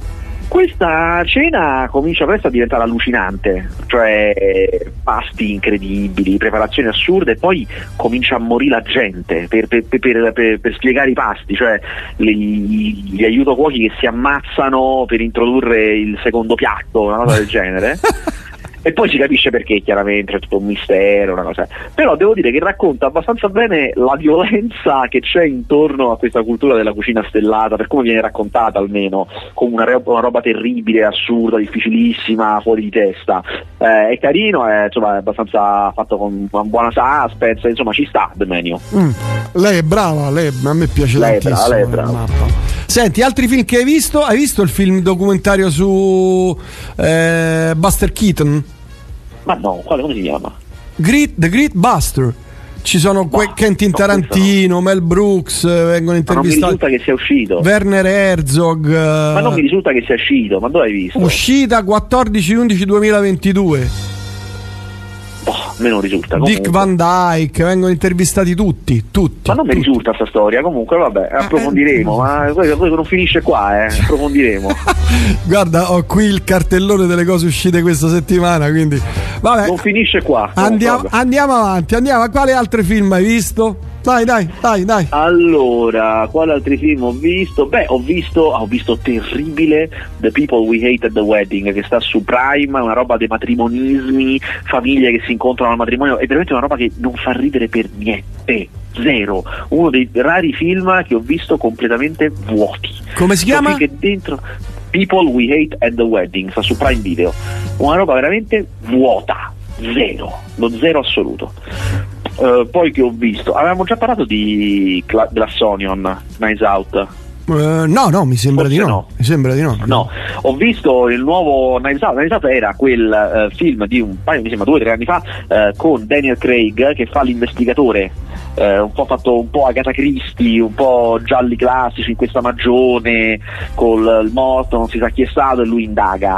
S2: Questa cena comincia presto a diventare allucinante, cioè pasti incredibili, preparazioni assurde, e poi comincia a morire la gente per, per, per, per, per spiegare i pasti, cioè gli, gli aiutocuochi che si ammazzano per introdurre il secondo piatto, una cosa del genere. E poi si capisce perché, chiaramente, c'è tutto un mistero, una cosa. Però devo dire che racconta abbastanza bene la violenza che c'è intorno a questa cultura della cucina stellata, per come viene raccontata almeno, come una, re- una roba terribile, assurda, difficilissima, fuori di testa. Eh, è carino, è, insomma, è abbastanza fatto con una buona suspense, insomma ci sta The Menu.
S1: Mm. Lei è brava, lei, a me piace
S2: lei
S1: tantissimo.
S2: Lei è brava, lei è brava.
S1: Senti, altri film che hai visto? Hai visto il film documentario su eh, Buster Keaton?
S2: Ma no, quale, come si chiama?
S1: Great, The Great Buster. Ci sono que-
S2: no,
S1: Quentin
S2: no,
S1: Tarantino, no. Mel Brooks, vengono intervistati. Ma non mi
S2: risulta che sia uscito.
S1: Werner Herzog.
S2: Ma non mi risulta che sia uscito, ma dove hai visto?
S1: Uscita quattordici undici duemilaventidue.
S2: Boh, a me non risulta.
S1: Dick
S2: comunque.
S1: Van Dyke, vengono intervistati tutti, tutti.
S2: Ma non
S1: tutti.
S2: mi risulta sta storia, comunque vabbè, approfondiremo, ma poi, poi non finisce qua, eh, approfondiremo.
S1: Guarda, ho qui il cartellone delle cose uscite questa settimana, quindi vabbè.
S2: Non finisce qua.
S1: Andiamo, andiamo avanti, andiamo. Quali altri film hai visto? Dai, dai, dai, dai.
S2: Allora, quali altri film ho visto? Beh, ho visto, ho visto terribile The People We Hate at the Wedding, che sta su Prime, una roba dei matrimonismi, famiglie che si incontrano al matrimonio, è veramente una roba che non fa ridere per niente, zero. Uno dei rari film che ho visto completamente vuoti.
S1: Come si chiama?
S2: Che dentro People We Hate at the Wedding, sta su Prime Video. Una roba veramente vuota, zero, lo zero assoluto. Uh, poi che ho visto, avevamo già parlato di Cla- Glass Onion, Knives Out.
S1: Uh, no, no, mi sembra
S2: Forse
S1: di no.
S2: no.
S1: Mi sembra di no.
S2: No, ho visto il nuovo Knives Out. Knives Out era quel uh, film di un paio, mi sembra due o tre anni fa, uh, con Daniel Craig che fa l'investigatore. Eh, un po' fatto un po' Agatha Christie, un po' gialli classici in questa magione col il morto, non si sa chi è stato e lui indaga.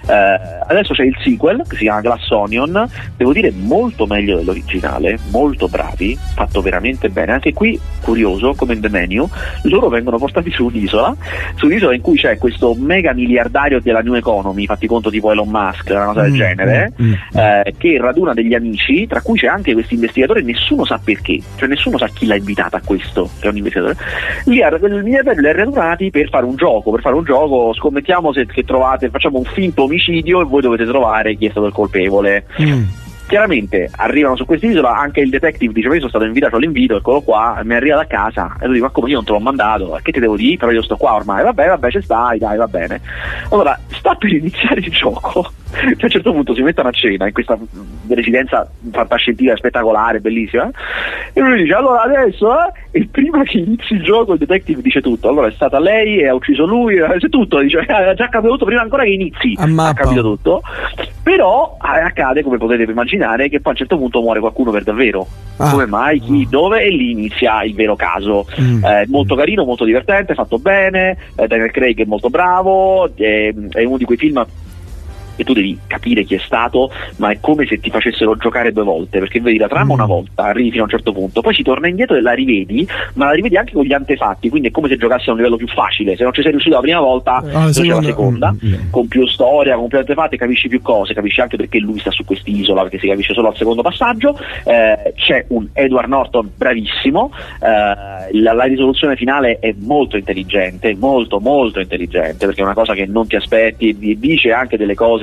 S2: Eh, adesso c'è il sequel che si chiama Glass Onion, devo dire molto meglio dell'originale, molto bravi, fatto veramente bene. Anche qui curioso, come in The Menu, loro vengono portati su un'isola, su un'isola in cui c'è questo mega miliardario della New Economy, fatti conto tipo Elon Musk, una cosa del mm, genere, mm, eh, che raduna degli amici, tra cui c'è anche questo investigatore, nessuno sa perché. Cioè nessuno sa chi l'ha invitata a questo, che è un investigatore. Lì il miliardario li ha radunati per fare un gioco, per fare un gioco, scommettiamo se che trovate, facciamo un finto omicidio e voi dovete trovare chi è stato il colpevole. Mm. Chiaramente arrivano su quest'isola, anche il detective dice: io sono stato invitato all'invito, eccolo qua, mi arriva da casa, e lui dice: ma come, io non te l'ho mandato, che ti devo dire? Però io sto qua ormai, vabbè, vabbè, ci stai, dai, va bene. Allora, sta per iniziare il gioco, a un certo punto si mettono a cena in questa residenza fantascientifica spettacolare, bellissima, e lui dice: allora adesso, eh? E prima che inizi il gioco il detective dice tutto. Allora è stata lei e ha ucciso lui, c'è tutto, dice, ha già capito tutto prima ancora che inizi, ha capito tutto. Però accade, come potete immaginare, che poi a un certo punto muore qualcuno per davvero. Ah, come mai, chi, dove, e lì inizia il vero caso. Mm. Eh, molto carino, molto divertente, fatto bene, eh, Daniel Craig è molto bravo, è, è uno di quei film che tu devi capire chi è stato, ma è come se ti facessero giocare due volte, perché vedi la trama una volta, arrivi fino a un certo punto, poi si torna indietro e la rivedi, ma la rivedi anche con gli antefatti, quindi è come se giocassi a un livello più facile. Se non ci sei riuscito la prima volta, ah, c'è la seconda, mm, mm. con più storia, con più antefatti, capisci più cose, capisci anche perché lui sta su quest'isola, perché si capisce solo al secondo passaggio. Eh, c'è un Edward Norton bravissimo, eh, la, la risoluzione finale è molto intelligente, molto molto intelligente, perché è una cosa che non ti aspetti, e dice anche delle cose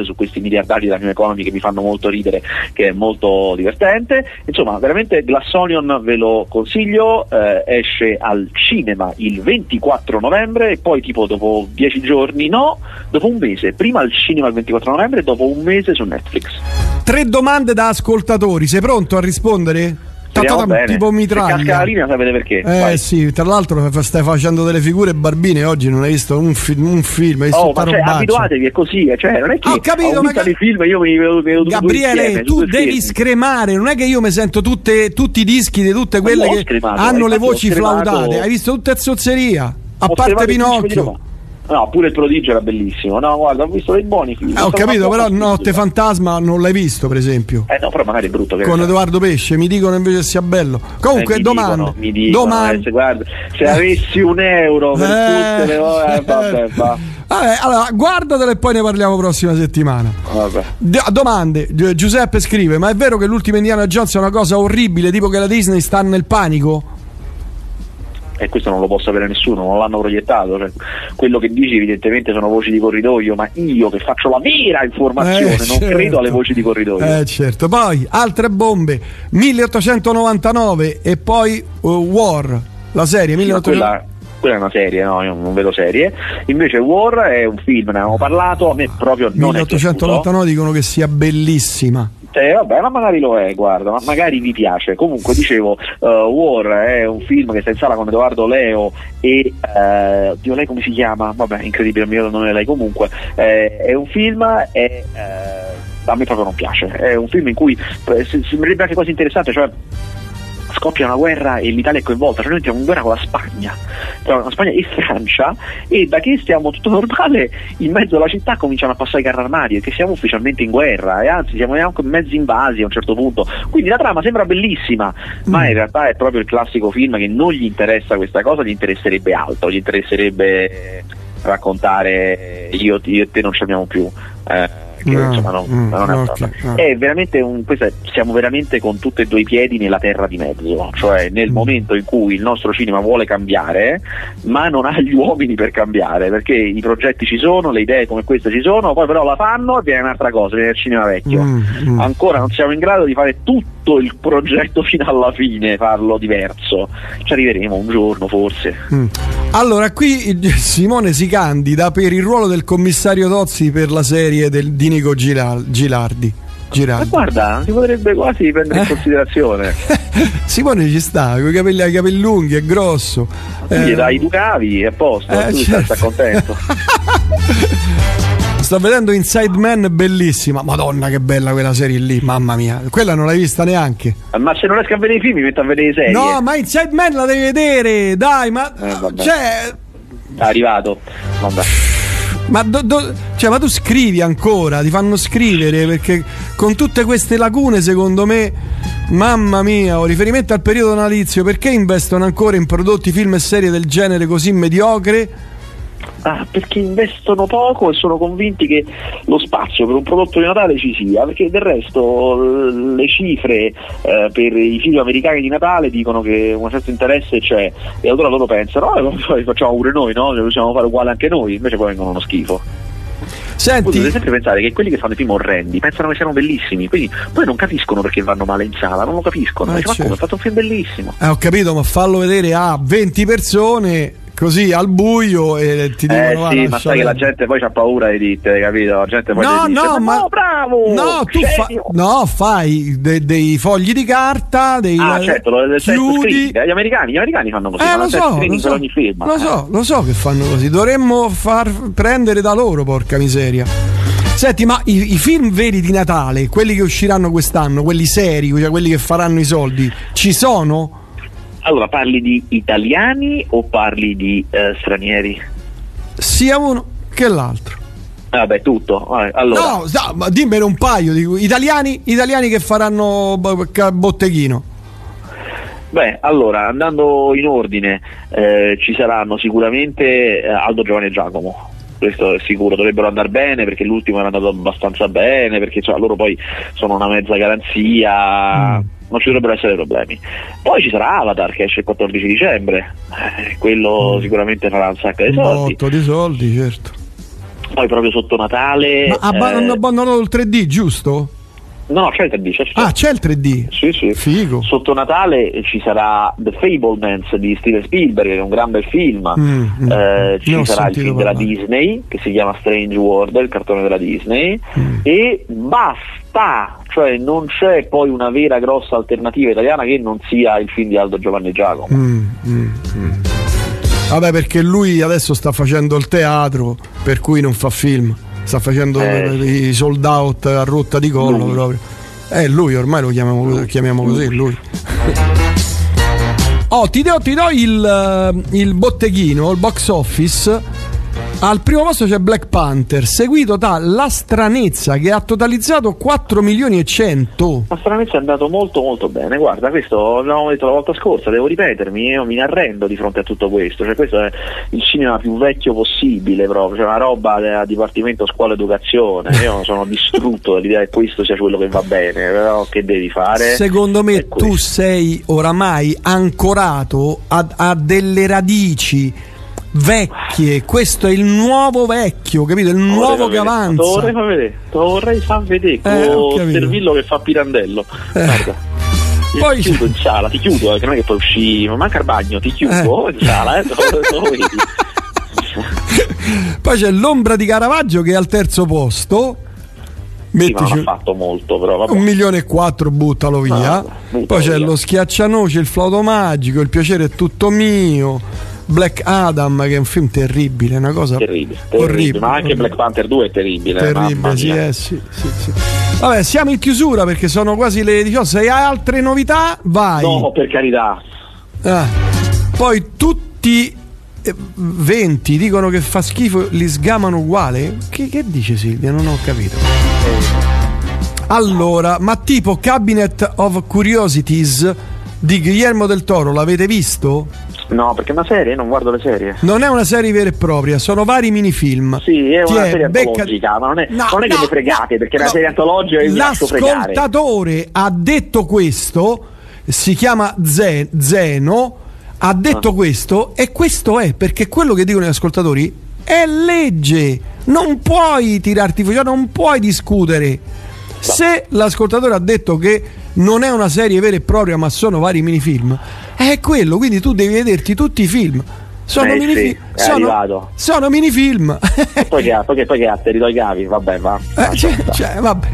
S2: su questi miliardari della New Economy che mi fanno molto ridere, che è molto divertente. Insomma, veramente Glass Onion ve lo consiglio, eh, esce al cinema il ventiquattro novembre e poi tipo dopo dieci giorni, no, dopo un mese, prima al cinema il ventiquattro novembre e dopo un mese su Netflix.
S1: Tre domande da ascoltatori, sei pronto a rispondere?
S2: Bene.
S1: Tipo mitraglia.
S2: Se casca la linea sapete perché.
S1: Eh Vai. Sì, tra l'altro stai facendo delle figure barbine oggi, non hai visto un, fi- un film, hai visto
S2: oh, ma cioè, abituatevi, è così, cioè non è che
S1: ho capito,
S2: ho visto dei film io mi vedo, vedo
S1: Gabriele,
S2: insieme,
S1: tu devi film. scremare, non è che io mi sento tutte, tutti i dischi di tutte quelle che
S2: scremato,
S1: hanno le voci flautate, hai visto tutte zozzeria, a parte Pinocchio.
S2: No, pure il Prodigio era bellissimo. No, guarda, ho visto dei buoni film.
S1: Eh, ho capito, però Notte Fantasma non l'hai visto, per esempio.
S2: Eh no, però magari è brutto. Che
S1: Con Edoardo Pesce, mi dicono invece sia bello. Comunque,
S2: eh, mi
S1: domande.
S2: Dicono, mi dicono,
S1: domande.
S2: Eh, se, guarda, se avessi un euro per eh, tutte le ore, eh, vabbè, va.
S1: Vabbè, allora, guardatelo e poi ne parliamo prossima settimana.
S2: Vabbè.
S1: D- domande. Gi- Giuseppe scrive: ma è vero che l'ultima Indiana Jones è una cosa orribile, tipo che la Disney sta nel panico?
S2: E questo non lo può sapere nessuno, non l'hanno proiettato, cioè, quello che dici evidentemente sono voci di corridoio, ma io che faccio la vera informazione eh, non certo. credo alle voci di corridoio.
S1: Eh certo, poi altre bombe, milleottocentonovantanove e poi uh, War, la serie
S2: sì,
S1: milleottocentonovantanove.
S2: Quella, quella è una serie, no, io non vedo serie. Invece War è un film, ne avevamo parlato, a me proprio non
S1: milleottocentonovantanove
S2: è
S1: dicono che sia bellissima.
S2: Eh, vabbè, ma magari lo è, guarda, ma magari vi piace. Comunque dicevo, uh, War è un film che sta in sala con Edoardo Leo e uh, Dio, lei come si chiama? Vabbè, incredibile, il mio nome è lei. Comunque eh, è un film e uh, a me proprio non piace. È un film in cui eh, sembrerebbe anche quasi interessante, cioè scoppia una guerra e l'Italia è coinvolta, cioè noi entriamo in guerra con la Spagna, tra la Spagna e Francia, e da che stiamo tutto normale in mezzo alla città cominciano a passare i carri armati, che siamo ufficialmente in guerra e anzi siamo anche mezzi invasi a un certo punto, quindi la trama sembra bellissima, mm. ma in realtà è proprio il classico film che non gli interessa questa cosa, gli interesserebbe altro, gli interesserebbe raccontare io, io e te non ci amiamo più. Eh, Che, no, insomma, no, mm, non è, okay, no. è veramente un, questa, siamo veramente con tutti e due i piedi nella terra di mezzo, cioè nel mm. momento in cui il nostro cinema vuole cambiare ma non ha gli uomini per cambiare, perché i progetti ci sono, le idee come queste ci sono, poi però la fanno e viene un'altra cosa, viene il cinema vecchio. mm, mm. Ancora non siamo in grado di fare tutto il progetto fino alla fine, farlo diverso, ci arriveremo un giorno forse.
S1: mm. Allora qui Simone si candida per il ruolo del commissario Tozzi per la serie del, di Nico Gilardi. Girardi.
S2: Ma guarda, si potrebbe quasi prendere eh? in considerazione.
S1: Simone ci sta, con i capelli, i capelli lunghi, è grosso.
S2: Gli eh, dai i ducavi, è a posto, eh, tu certo. stai contento.
S1: Sto vedendo Inside Man, bellissima. Madonna che bella quella serie lì, mamma mia. Quella non l'hai vista neanche.
S2: Ma se non riesco a vedere i film mi metto a vedere i serie.
S1: No, ma Inside Man la devi vedere, dai, ma
S2: eh,
S1: cioè
S2: è arrivato. Vabbè.
S1: Ma, do, do, cioè, ma tu scrivi ancora, ti fanno scrivere, perché con tutte queste lacune secondo me, mamma mia, ho riferimento al periodo natalizio, perché investono ancora in prodotti, film e serie del genere così mediocre?
S2: Ah, perché investono poco e sono convinti che lo spazio per un prodotto di Natale ci sia, perché del resto le cifre eh, per i film americani di Natale dicono che un certo interesse c'è, e allora loro pensano oh, poi facciamo pure noi, no? Possiamo fare uguale anche noi, invece poi vengono uno schifo.
S1: Senti,
S2: potete sempre pensare che quelli che fanno i film orrendi pensano che siano bellissimi, quindi poi non capiscono perché vanno male in sala, non lo capiscono. Ma, dice, certo. ma come, ho fatto un film bellissimo.
S1: Eh, ho capito, ma fallo vedere a venti persone così al buio e ti dicono
S2: eh sì, ma sai che la gente poi c'ha paura di ditte, capito? La gente poi
S1: no,
S2: dice,
S1: no, ma
S2: no, bravo!
S1: No, tu fa... no, fai de- dei fogli di carta, dei
S2: ah, certo, lo,
S1: chiudi.
S2: Gli americani, gli americani fanno così,
S1: eh, lo so, lo so,
S2: ogni film.
S1: Lo so,
S2: eh.
S1: lo so che fanno così. Dovremmo far prendere da loro, porca miseria. Senti, ma i, i film veri di Natale, quelli che usciranno quest'anno, quelli seri, cioè quelli che faranno i soldi, ci sono?
S2: Allora, parli di italiani o parli di eh, stranieri?
S1: Sia uno che l'altro.
S2: Vabbè, tutto. Allora.
S1: No, no, ma dimmene un paio di italiani, italiani che faranno botteghino.
S2: Beh, allora, andando in ordine, eh, ci saranno sicuramente Aldo, Giovanni e Giacomo. Questo è sicuro, dovrebbero andare bene perché l'ultimo era andato abbastanza bene, perché cioè, loro poi sono una mezza garanzia. Mm. Non ci dovrebbero essere problemi. Poi ci sarà Avatar che esce il quattordici dicembre, eh, quello mm. sicuramente farà un sacco di soldi.
S1: Un botto di soldi, certo.
S2: poi proprio sotto Natale.
S1: Ma hanno eh... abbandonato il tre D, giusto?
S2: No, no, c'è il tre D. C'è, c'è.
S1: Ah, c'è il tre D?
S2: Sì, sì.
S1: Figo.
S2: Sotto Natale ci sarà The Fabelmans di Steven Spielberg, che è un gran bel film. Mm, eh, ci sarà il film della Disney, che si chiama Strange World, il cartone della Disney. Mm. E basta! Cioè non c'è poi una vera grossa alternativa italiana che non sia il film di Aldo Giovanni Giacomo. Mm, mm, mm.
S1: Vabbè, perché lui adesso sta facendo il teatro, per cui non fa film. Sta facendo eh, i sold out a rotta di collo lui. proprio. Eh, lui ormai lo chiamiamo, chiamiamo così, lui. Oh, ti do, ti do il, il botteghino, il box office. Al primo posto c'è Black Panther, seguito da La Stranezza, che ha totalizzato quattro milioni e cento.
S2: La Stranezza è andato molto molto bene. Guarda, questo l'avevamo detto la volta scorsa, devo ripetermi, io mi arrendo di fronte a tutto questo. Cioè, questo è il cinema più vecchio possibile, proprio, cioè una roba del Dipartimento Scuola Educazione. Io sono distrutto dall'idea che questo sia quello che va bene, però che devi fare?
S1: Secondo me tu sei oramai ancorato a, a delle radici vecchie. Questo è il nuovo vecchio, capito? Il nuovo che avanza.
S2: Lo vorrei far vedere, lo vorrei far vedere
S1: eh,
S2: con il servillo che fa Pirandello.
S1: Eh.
S2: Guarda. Poi ti chiudo in sala, ti chiudo, eh, che non è che puoi uscire, ma manca il bagno, ti chiudo eh. in sala, eh, lo, lo vedi.
S1: Poi c'è L'ombra di Caravaggio che è al terzo posto.
S2: Sì, ma non ha fatto molto, però vabbè.
S1: Un milione e quattro, buttalo via.
S2: No,
S1: poi c'è
S2: via.
S1: Lo Schiaccianoce, Il flauto magico, Il piacere è tutto mio, Black Adam, che è un film terribile, una cosa
S2: terribile, terribile.
S1: orribile.
S2: Ma anche Black Panther due è terribile.
S1: Terribile, sì, eh, sì, sì, sì. Vabbè, siamo in chiusura perché sono quasi le diciotto. Se hai altre novità, vai.
S2: No, per carità.
S1: Ah. Poi tutti venti dicono che fa schifo, li sgamano uguale. Che, che dice Silvia? Non ho capito. Allora, ma tipo Cabinet of Curiosities di Guillermo del Toro, l'avete visto?
S2: No, perché è una serie, non guardo le serie.
S1: Non è una serie vera e propria, sono vari minifilm.
S2: Sì, è una
S1: Ti
S2: serie
S1: è,
S2: antologica, becca... ma non è,
S1: no,
S2: non è che
S1: no,
S2: mi fregate,
S1: no,
S2: perché
S1: no,
S2: è una serie antologica e vi lascio fregare.
S1: L'ascoltatore ha detto questo, si chiama Zen, Zeno, ha detto ah. questo, e questo è, perché quello che dicono gli ascoltatori è legge. Non puoi tirarti fuori, non puoi discutere. Se l'ascoltatore ha detto che non è una serie vera e propria ma sono vari minifilm, è quello, quindi tu devi vederti tutti i film. Sono
S2: eh
S1: minifilm,
S2: sì,
S1: sono, sono minifilm.
S2: E poi che ha, poi che, poi che ha, te li do i cavi, vabbè, va.
S1: Eh, cioè, cioè, vabbè.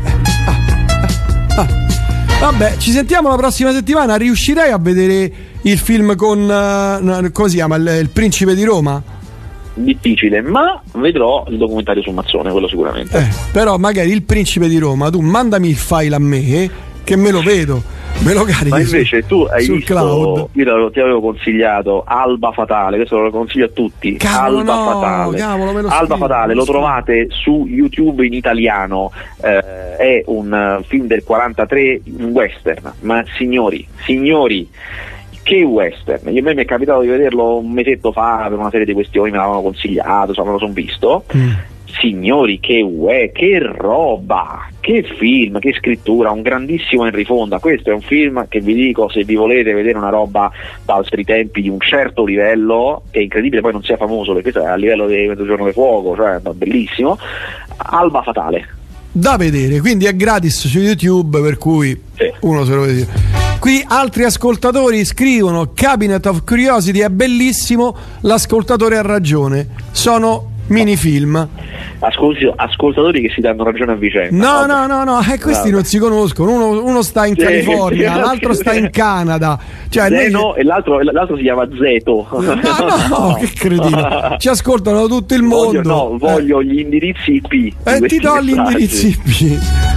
S1: Ah, ah. Vabbè, ci sentiamo la prossima settimana. Riuscirei a vedere il film con uh, come si chiama, il, il Principe di Roma?
S2: Difficile, ma vedrò il documentario su Mazzone, quello sicuramente.
S1: Eh, però magari il Principe di Roma, tu mandami il file a me che me lo vedo, me lo carichi.
S2: Ma invece
S1: su,
S2: tu hai
S1: sul
S2: visto,
S1: cloud.
S2: Io ti avevo consigliato Alba Fatale, questo lo consiglio a tutti.
S1: Cavolo,
S2: Alba
S1: no,
S2: Fatale,
S1: cavolo, me lo
S2: Alba
S1: scrivo,
S2: Fatale, lo trovate su YouTube in italiano. Eh, è un uh, film del quarantatré, un western, ma signori, signori. Che western, io, a me mi è capitato di vederlo un mesetto fa per una serie di questioni, me l'avevano consigliato, insomma me lo sono visto. Mm. Signori, che uè, che roba, che film, che scrittura, un grandissimo Henry Fonda. Questo è un film che vi dico, se vi volete vedere una roba da altri tempi di un certo livello, che è incredibile poi non sia famoso, perché questo è a livello di Mezzogiorno del Fuoco, cioè bellissimo. Alba Fatale.
S1: Da vedere, quindi è gratis su YouTube, per cui sì. Uno se lo vede. Qui altri ascoltatori scrivono: Cabinet of Curiosity è bellissimo, l'ascoltatore ha ragione, sono minifilm.
S2: Ascolti, ascoltatori che si danno ragione a vicenda.
S1: No, no, no, no, eh, questi no. Non si conoscono. Uno, uno sta in sì, California, sì, l'altro sì. sta in Canada. Cioè,
S2: Zeno,
S1: noi...
S2: e l'altro, l'altro si chiama Zeto.
S1: No, no, no, che cretino. Ci ascoltano tutto il mondo.
S2: Voglio, no, voglio eh. gli indirizzi I P.
S1: E eh, ti do gli indirizzi I P.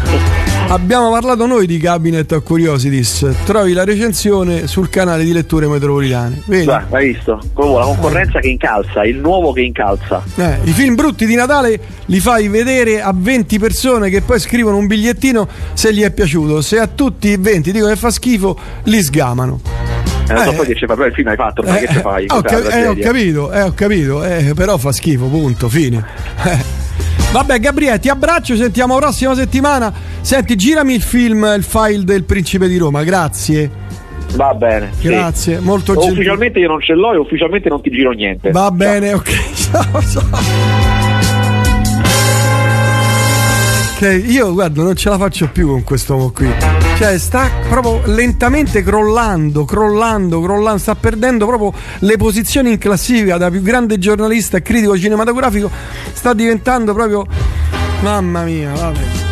S1: Abbiamo parlato noi di Cabinet of Curiosities. Trovi la recensione sul canale di Letture Metropolitane. Vedi?
S2: Beh, hai visto? Proprio la concorrenza eh. che incalza, il nuovo che incalza.
S1: Eh, i film brutti di Natale li fai vedere a venti persone che poi scrivono un bigliettino se gli è piaciuto. Se a tutti i venti dicono che fa schifo, li sgamano.
S2: Eh, non so poi che ci fa, però il film hai fatto, ma eh, che ci fai?
S1: Ho, cap- eh, ho capito, eh, ho capito, eh, però fa schifo, punto, fine. Eh. Vabbè, Gabriele, ti abbraccio, sentiamo la prossima settimana. Senti, girami il film, il file del Principe di Roma, grazie.
S2: Va bene.
S1: Grazie,
S2: sì.
S1: molto gentile.
S2: Ufficialmente io non ce l'ho e ufficialmente non ti giro niente.
S1: Va bene, ok. Ciao, ciao. Che io guarda non ce la faccio più con quest'uomo qui, cioè sta proprio lentamente crollando, crollando, crollando, sta perdendo proprio le posizioni in classifica da più grande giornalista e critico cinematografico, sta diventando proprio, mamma mia, vabbè.